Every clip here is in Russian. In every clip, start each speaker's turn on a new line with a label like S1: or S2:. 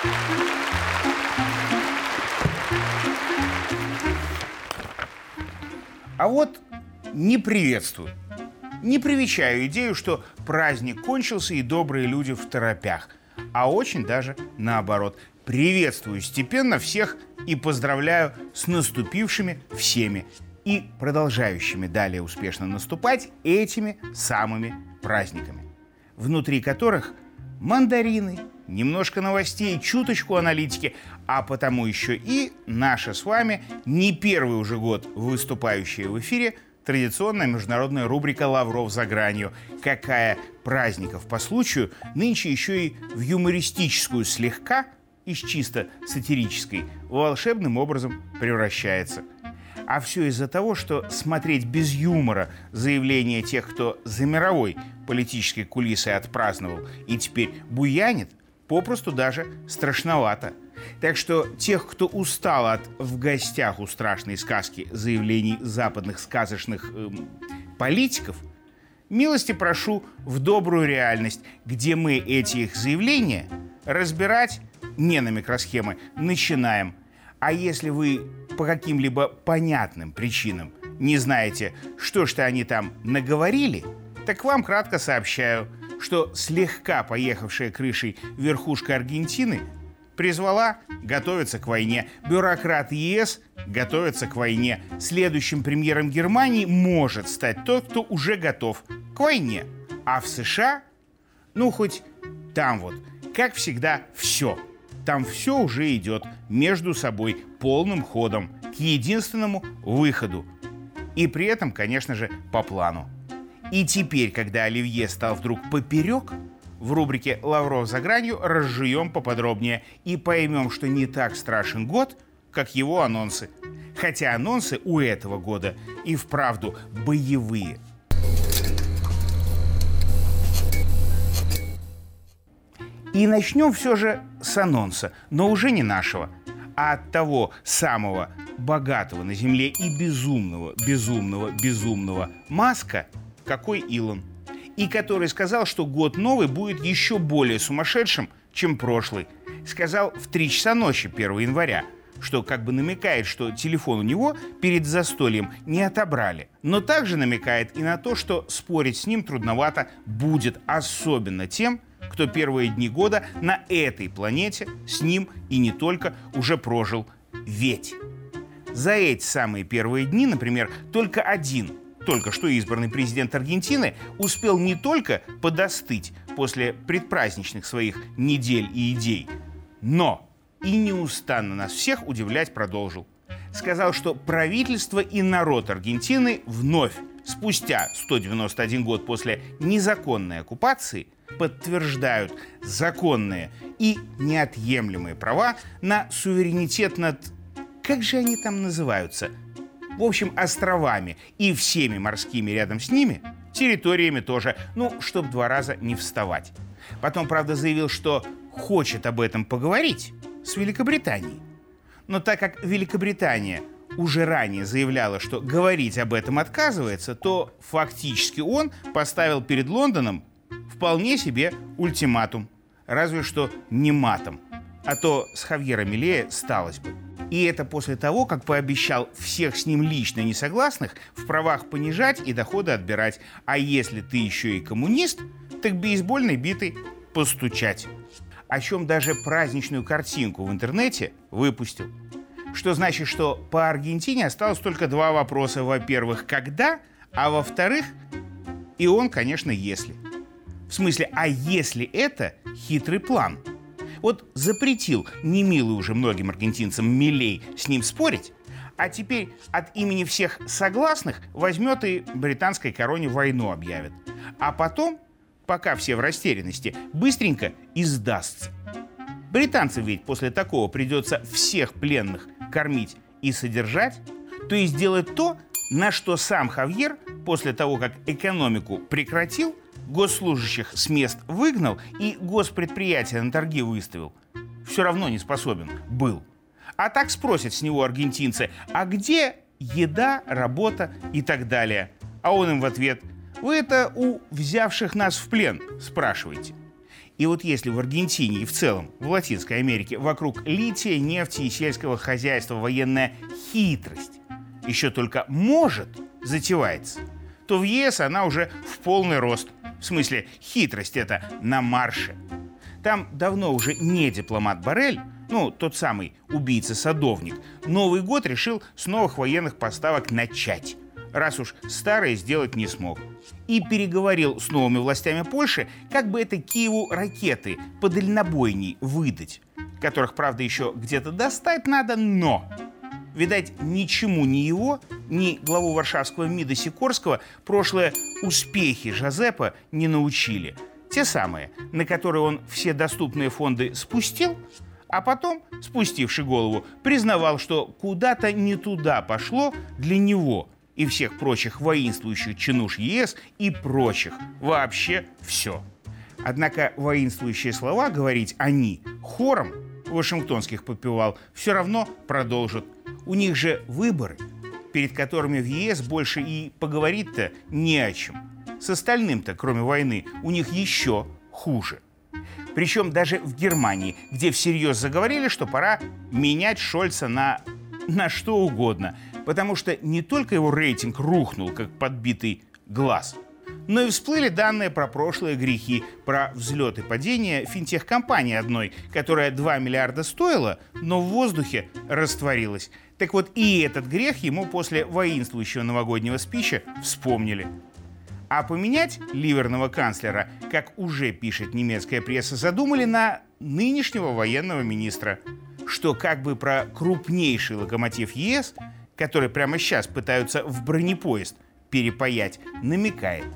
S1: А вот не приветствую, не привечаю идею, что праздник кончился и добрые люди в торопях, а очень даже наоборот. Приветствую степенно всех и поздравляю с наступившими всеми и продолжающими далее успешно наступать этими самыми праздниками, внутри которых мандарины, немножко новостей, чуточку аналитики, а потому еще и наша с вами не первый уже год выступающая в эфире традиционная международная рубрика «Лавров за гранью». Какая праздников по случаю нынче еще и в юмористическую слегка, из чисто сатирической, волшебным образом превращается. А все из-за того, что смотреть без юмора заявления тех, кто за мировой политической кулисой отпраздновал и теперь буянит, попросту даже страшновато. Так что тех, кто устал от «в гостях у страшной сказки» заявлений западных сказочных политиков, милости прошу в добрую реальность, где мы эти их заявления разбирать не на микросхемы начинаем. А если вы по каким-либо понятным причинам не знаете, что ж-то они там наговорили, так вам кратко сообщаю, что слегка поехавшая крышей верхушка Аргентины призвала готовиться к войне. Бюрократы ЕС готовятся к войне. Следующим премьером Германии может стать тот, кто уже готов к войне. А в США, ну хоть там вот, как всегда, все. Там все уже идет между собой полным ходом к единственному выходу. И при этом, конечно же, по плану. И теперь, когда Оливье стал вдруг поперек, в рубрике «Лавров за гранью» разжуем поподробнее и поймем, что не так страшен год, как его анонсы. Хотя анонсы у этого года и вправду боевые. И начнем все же с анонса, но уже не нашего, а от того самого богатого на земле и безумного Маска, какой Илон. И который сказал, что год новый будет еще более сумасшедшим, чем прошлый. Сказал в 3 часа ночи 1 января, что как бы намекает, что телефон у него перед застольем не отобрали. Но также намекает и на то, что спорить с ним трудновато будет, особенно тем, кто первые дни года на этой планете с ним и не только уже прожил. Ведь за эти самые первые дни, например, только что избранный президент Аргентины успел не только подостыть после предпраздничных своих недель и идей, но и неустанно нас всех удивлять продолжил. Сказал, что правительство и народ Аргентины вновь, спустя 191 год после незаконной оккупации, подтверждают законные и неотъемлемые права на суверенитет над... Как же они там называются? В общем, островами и всеми морскими рядом с ними, территориями тоже, чтоб 2 раза не вставать. Потом, правда, заявил, что хочет об этом поговорить с Великобританией. Но так как Великобритания уже ранее заявляла, что говорить об этом отказывается, то фактически он поставил перед Лондоном вполне себе ультиматум. Разве что не матом. А то с Хавьера Милея сталось бы. И это после того, как пообещал всех с ним лично несогласных в правах понижать и доходы отбирать. А если ты еще и коммунист, так бейсбольной битой постучать. О чем даже праздничную картинку в интернете выпустил. Что значит, что по Аргентине осталось только 2 вопроса. Во-первых, когда, а во-вторых, и он, конечно, если. В смысле, а если это хитрый план? Вот запретил немилый уже многим аргентинцам Милей с ним спорить, а теперь от имени всех согласных возьмет и британской короне войну объявит. А потом, пока все в растерянности, быстренько и сдастся. Британцам ведь после такого придется всех пленных кормить и содержать, то есть делать то, на что сам Хавьер после того, как экономику прекратил, госслужащих с мест выгнал и госпредприятия на торги выставил. Все равно не способен был. А так спросят с него аргентинцы, а где еда, работа и так далее? А он им в ответ: вы это у взявших нас в плен спрашиваете. И вот если в Аргентине и в целом в Латинской Америке вокруг лития, нефти и сельского хозяйства военная хитрость еще только может затевается, то в ЕС она уже в полный рост. В смысле, хитрость это на марше. Там давно уже не дипломат Боррель, тот самый убийца-садовник, Новый год решил с новых военных поставок начать, раз уж старые сделать не смог. И переговорил с новыми властями Польши, как бы это Киеву ракеты подальнобойней выдать, которых, правда, еще где-то достать надо, но... Видать, ничему ни его, ни главу варшавского МИДа Сикорского прошлые успехи Жозепа не научили. Те самые, на которые он все доступные фонды спустил, а потом, спустивши голову, признавал, что куда-то не туда пошло для него и всех прочих воинствующих чинуш ЕС и прочих вообще все. Однако воинствующие слова говорить они хором вашингтонских попивал все равно продолжат. У них же выборы, перед которыми в ЕС больше и поговорить-то не о чем. С остальным-то, кроме войны, у них еще хуже. Причем даже в Германии, где всерьез заговорили, что пора менять Шольца на что угодно, потому что не только его рейтинг рухнул, как подбитый глаз, но и всплыли данные про прошлые грехи, про взлет и падение финтех-компании одной, которая 2 миллиарда стоила, но в воздухе растворилась. Так вот, и этот грех ему после воинствующего новогоднего спича вспомнили. А поменять ливерного канцлера, как уже пишет немецкая пресса, задумали на нынешнего военного министра, что как бы про крупнейший локомотив ЕС, который прямо сейчас пытаются в бронепоезд перепаять, намекает.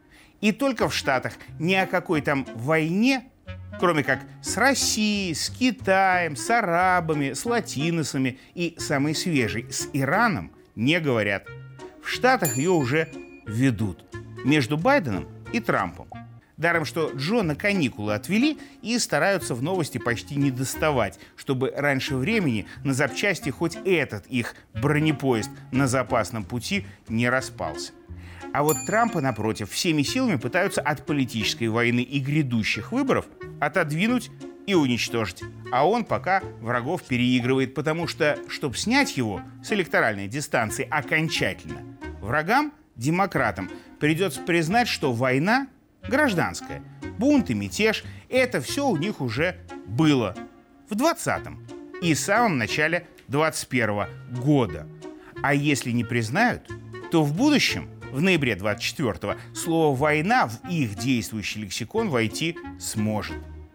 S1: И только в Штатах ни о какой там войне, кроме как с Россией, с Китаем, с арабами, с латиносами и, самый свежий, с Ираном, не говорят. В Штатах ее уже ведут между Байденом и Трампом. Даром, что Джо на каникулы отвели и стараются в новости почти не доставать, чтобы раньше времени на запчасти хоть этот их бронепоезд на запасном пути не распался. А вот Трампа, напротив, всеми силами пытаются от политической войны и грядущих выборов отодвинуть и уничтожить. А он пока врагов переигрывает, потому что, чтобы снять его с электоральной дистанции окончательно, врагам, демократам, придется признать, что война гражданская, бунт и мятеж – это все у них уже было в 20-м и самом начале 21-го года. А если не признают, то в будущем, в ноябре 24-го, слово «война» в их действующий лексикон войти сможет.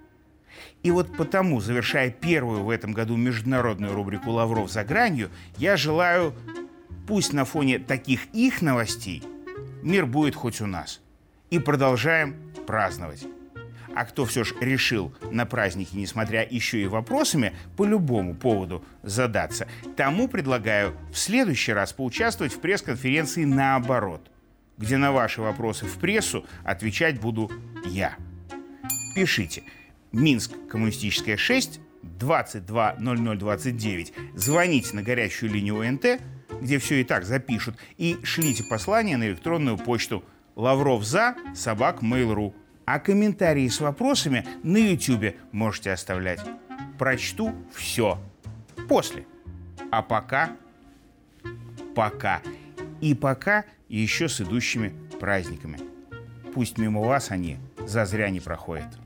S1: И вот потому, завершая первую в этом году международную рубрику «Лавров за гранью», я желаю, пусть на фоне таких их новостей, мир будет хоть у нас. И продолжаем праздновать. А кто все же решил на праздники, несмотря еще и вопросами, по любому поводу задаться, тому предлагаю в следующий раз поучаствовать в пресс-конференции наоборот, где на ваши вопросы в прессу отвечать буду я. Пишите. Минск, Коммунистическая, 6, 220029. Звоните на горячую линию ОНТ, где все и так запишут, и шлите послание на электронную почту lavrovza@mail.ru. А комментарии с вопросами на YouTube можете оставлять. Прочту все. После. А пока. И пока еще с идущими праздниками. Пусть мимо вас они зазря не проходят.